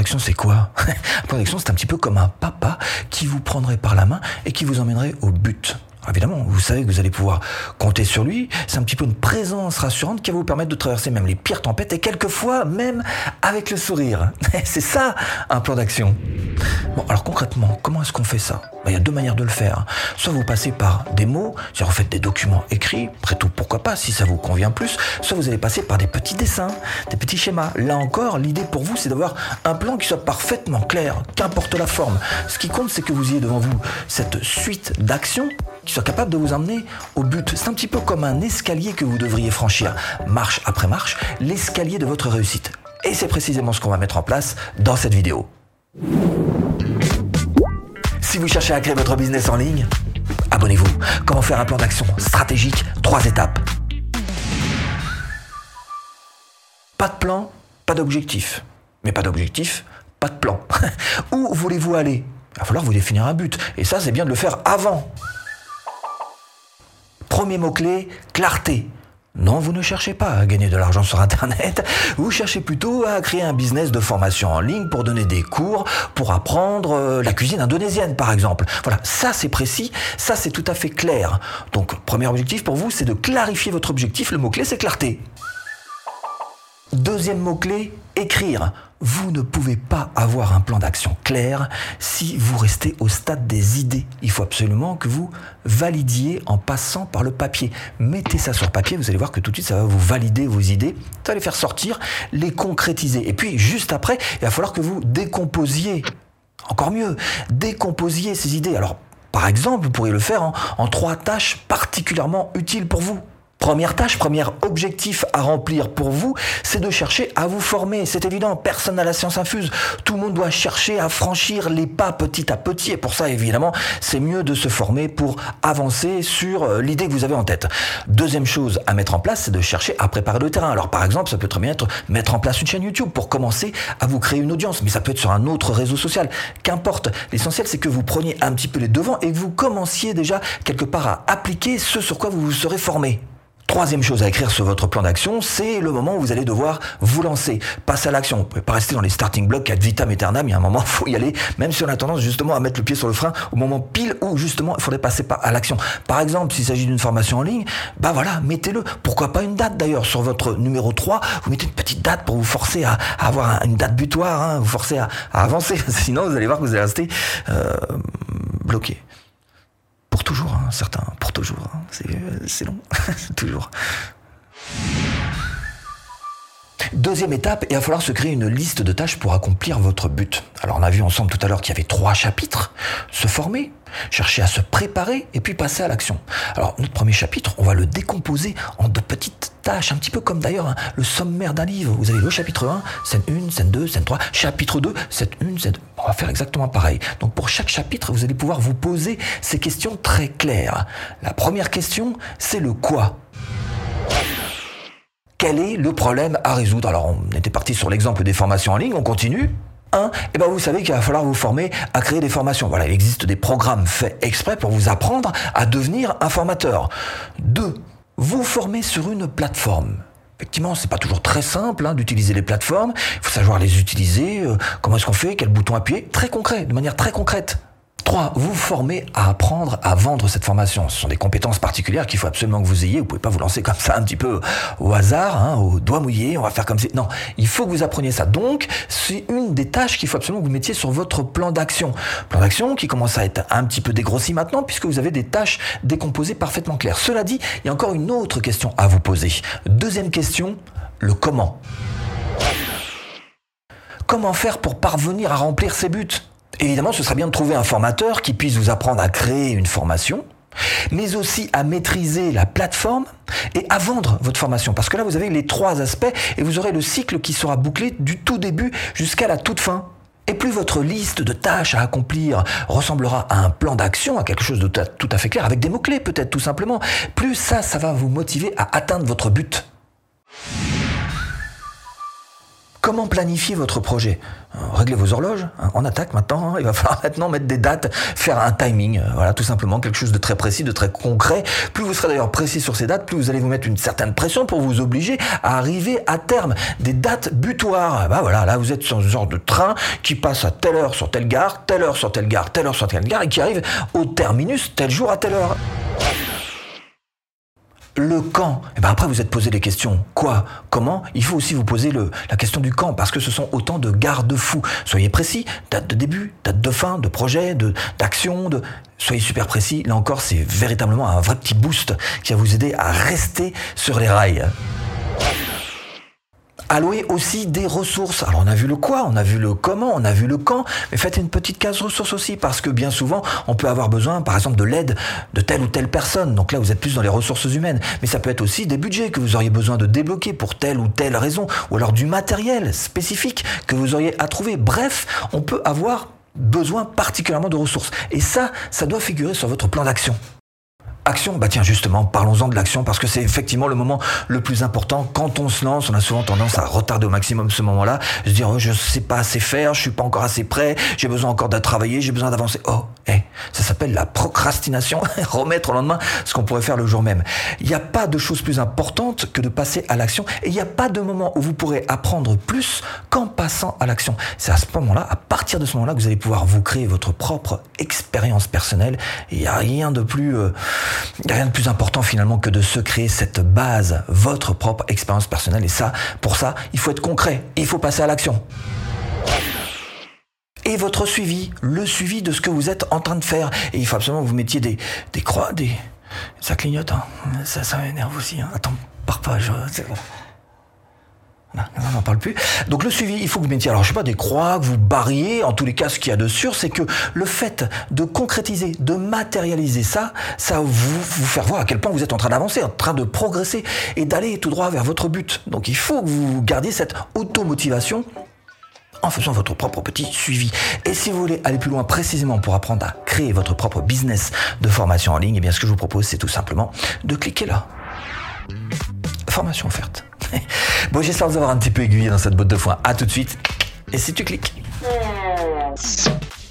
d'action, c'est quoi? Un plan d'action, c'est un petit peu comme un papa qui vous prendrait par la main et qui vous emmènerait au but. Alors évidemment, vous savez que vous allez pouvoir compter sur lui. C'est un petit peu une présence rassurante qui va vous permettre de traverser même les pires tempêtes et quelquefois même avec le sourire. C'est ça, un plan d'action. Bon, alors concrètement, comment est-ce qu'on fait ça? Il y a deux manières de le faire. Soit vous passez par des mots, c'est-à-dire vous faites des documents écrits, après tout, pourquoi pas, si ça vous convient plus. Soit vous allez passer par des petits dessins, des petits schémas. Là encore, l'idée pour vous, c'est d'avoir un plan qui soit parfaitement clair, qu'importe la forme. Ce qui compte, c'est que vous ayez devant vous cette suite d'actions qui soit capable de vous emmener au but. C'est un petit peu comme un escalier que vous devriez franchir, marche après marche, l'escalier de votre réussite. Et c'est précisément ce qu'on va mettre en place dans cette vidéo. Si vous cherchez à créer votre business en ligne, abonnez-vous. Comment faire un plan d'action stratégique, 3 étapes. Pas de plan, pas d'objectif. Mais pas d'objectif, pas de plan. Où voulez-vous aller? Il va falloir vous définir un but. Et ça, c'est bien de le faire avant. Premier mot-clé, clarté. Non, vous ne cherchez pas à gagner de l'argent sur Internet, vous cherchez plutôt à créer un business de formation en ligne pour donner des cours, pour apprendre la cuisine indonésienne par exemple. Voilà, ça c'est précis, ça c'est tout à fait clair. Donc, premier objectif pour vous, c'est de clarifier votre objectif, le mot-clé c'est clarté. Deuxième mot-clé, écrire. Vous ne pouvez pas avoir un plan d'action clair si vous restez au stade des idées. Il faut absolument que vous validiez en passant par le papier. Mettez ça sur papier, vous allez voir que tout de suite ça va vous valider vos idées, ça va les faire sortir, les concrétiser. Et puis juste après, il va falloir que vous décomposiez, encore mieux, décomposiez ces idées. Alors par exemple, vous pourriez le faire en 3 tâches particulièrement utiles pour vous. Première tâche, premier objectif à remplir pour vous, c'est de chercher à vous former. C'est évident, personne n'a la science infuse. Tout le monde doit chercher à franchir les pas petit à petit. Et pour ça, évidemment, c'est mieux de se former pour avancer sur l'idée que vous avez en tête. Deuxième chose à mettre en place, c'est de chercher à préparer le terrain. Alors par exemple, ça peut très bien être mettre en place une chaîne YouTube pour commencer à vous créer une audience. Mais ça peut être sur un autre réseau social. Qu'importe. L'essentiel, c'est que vous preniez un petit peu les devants et que vous commenciez déjà quelque part à appliquer ce sur quoi vous vous serez formé. Troisième chose à écrire sur votre plan d'action, c'est le moment où vous allez devoir vous lancer, passer à l'action. Vous ne pouvez pas rester dans les starting blocks ad vitam aeternam, il y a un moment, il faut y aller, même si on a tendance justement à mettre le pied sur le frein au moment pile où justement il faudrait passer à l'action. Par exemple, s'il s'agit d'une formation en ligne, bah voilà, mettez-le. Pourquoi pas une date d'ailleurs sur votre numéro 3, vous mettez une petite date pour vous forcer à avoir une date butoir, vous forcer à avancer, sinon vous allez voir que vous allez rester bloqué. Pour toujours, certains, pour toujours. C'est long, toujours. Deuxième étape, il va falloir se créer une liste de tâches pour accomplir votre but. Alors on a vu ensemble tout à l'heure qu'il y avait 3 chapitres. Se former, chercher à se préparer et puis passer à l'action. Alors notre premier chapitre, on va le décomposer en 2 petites tâches, un petit peu comme d'ailleurs le sommaire d'un livre. Vous avez le chapitre 1, scène 1, scène 2, scène 3, chapitre 2, scène 1, scène 2. On va faire exactement pareil. Donc pour chaque chapitre, vous allez pouvoir vous poser ces questions très claires. La première question, c'est le quoi. Quel est le problème à résoudre? Alors, on était parti sur l'exemple des formations en ligne, on continue. 1, vous savez qu'il va falloir vous former à créer des formations. Voilà, il existe des programmes faits exprès pour vous apprendre à devenir un formateur. 2, vous former sur une plateforme. Effectivement, c'est pas toujours très simple d'utiliser les plateformes. Il faut savoir les utiliser. Comment est-ce qu'on fait? Quel bouton appuyer? Très concret, de manière très concrète. 3, vous former à apprendre à vendre cette formation. Ce sont des compétences particulières qu'il faut absolument que vous ayez. Vous pouvez pas vous lancer comme ça un petit peu au hasard, au doigt mouillé, on va faire comme ça. Non, il faut que vous appreniez ça. Donc, c'est une des tâches qu'il faut absolument que vous mettiez sur votre plan d'action. Plan d'action qui commence à être un petit peu dégrossi maintenant puisque vous avez des tâches décomposées parfaitement claires. Cela dit, il y a encore une autre question à vous poser. Deuxième question, le comment. Comment faire pour parvenir à remplir ses buts? Évidemment, ce serait bien de trouver un formateur qui puisse vous apprendre à créer une formation, mais aussi à maîtriser la plateforme et à vendre votre formation. Parce que là, vous avez les 3 aspects et vous aurez le cycle qui sera bouclé du tout début jusqu'à la toute fin. Et plus votre liste de tâches à accomplir ressemblera à un plan d'action, à quelque chose de tout à fait clair, avec des mots-clés peut-être tout simplement, plus ça va vous motiver à atteindre votre but. Comment planifier votre projet ? Réglez vos horloges, on attaque maintenant, il va falloir maintenant mettre des dates, faire un timing, voilà, tout simplement quelque chose de très précis, de très concret. Plus vous serez d'ailleurs précis sur ces dates, plus vous allez vous mettre une certaine pression pour vous obliger à arriver à terme. Des dates butoirs, voilà, là vous êtes sur ce genre de train qui passe à telle heure sur telle gare, telle heure sur telle gare, telle heure sur telle gare et qui arrive au terminus tel jour à telle heure. Le quand, après vous êtes posé des questions. Quoi ? Comment ? Il faut aussi vous poser la question du quand, parce que ce sont autant de garde-fous. Soyez précis, date de début, date de fin, de projet, d'action, soyez super précis. Là encore, c'est véritablement un vrai petit boost qui va vous aider à rester sur les rails. Allouez aussi des ressources. Alors on a vu le quoi, on a vu le comment, on a vu le quand, mais faites une petite case ressources aussi, parce que bien souvent, on peut avoir besoin, par exemple, de l'aide de telle ou telle personne. Donc là, vous êtes plus dans les ressources humaines. Mais ça peut être aussi des budgets que vous auriez besoin de débloquer pour telle ou telle raison, ou alors du matériel spécifique que vous auriez à trouver. Bref, on peut avoir besoin particulièrement de ressources. Et ça doit figurer sur votre plan d'action. Action, tiens justement, parlons-en de l'action parce que c'est effectivement le moment le plus important. Quand on se lance, on a souvent tendance à retarder au maximum ce moment-là, se dire je sais pas assez faire, je suis pas encore assez prêt, j'ai besoin encore de travailler, j'ai besoin d'avancer. Ça s'appelle la procrastination, remettre au lendemain ce qu'on pourrait faire le jour même. Il n'y a pas de chose plus importante que de passer à l'action et il n'y a pas de moment où vous pourrez apprendre plus qu'en passant à l'action. C'est à ce moment-là, à partir de ce moment-là, que vous allez pouvoir vous créer votre propre expérience personnelle et il n'y a rien de plus important finalement que de se créer cette base, votre propre expérience personnelle. Et ça, pour ça, il faut être concret, il faut passer à l'action. Et votre suivi, le suivi de ce que vous êtes en train de faire. Et il faut absolument que vous mettiez des croix, ça clignote, hein. Ça m'énerve aussi. Hein. Attends, pars pas, non, on n'en parle plus. Donc le suivi, il faut que vous mettiez, des croix, que vous barriez. En tous les cas, ce qu'il y a de sûr, c'est que le fait de concrétiser, de matérialiser ça va vous faire voir à quel point vous êtes en train d'avancer, en train de progresser et d'aller tout droit vers votre but. Donc il faut que vous gardiez cette automotivation en faisant votre propre petit suivi. Et si vous voulez aller plus loin précisément pour apprendre à créer votre propre business de formation en ligne, ce que je vous propose, c'est tout simplement de cliquer là. Formation offerte. Bon, j'espère vous avoir un petit peu aiguillé dans cette botte de foin. À tout de suite. Et si tu cliques.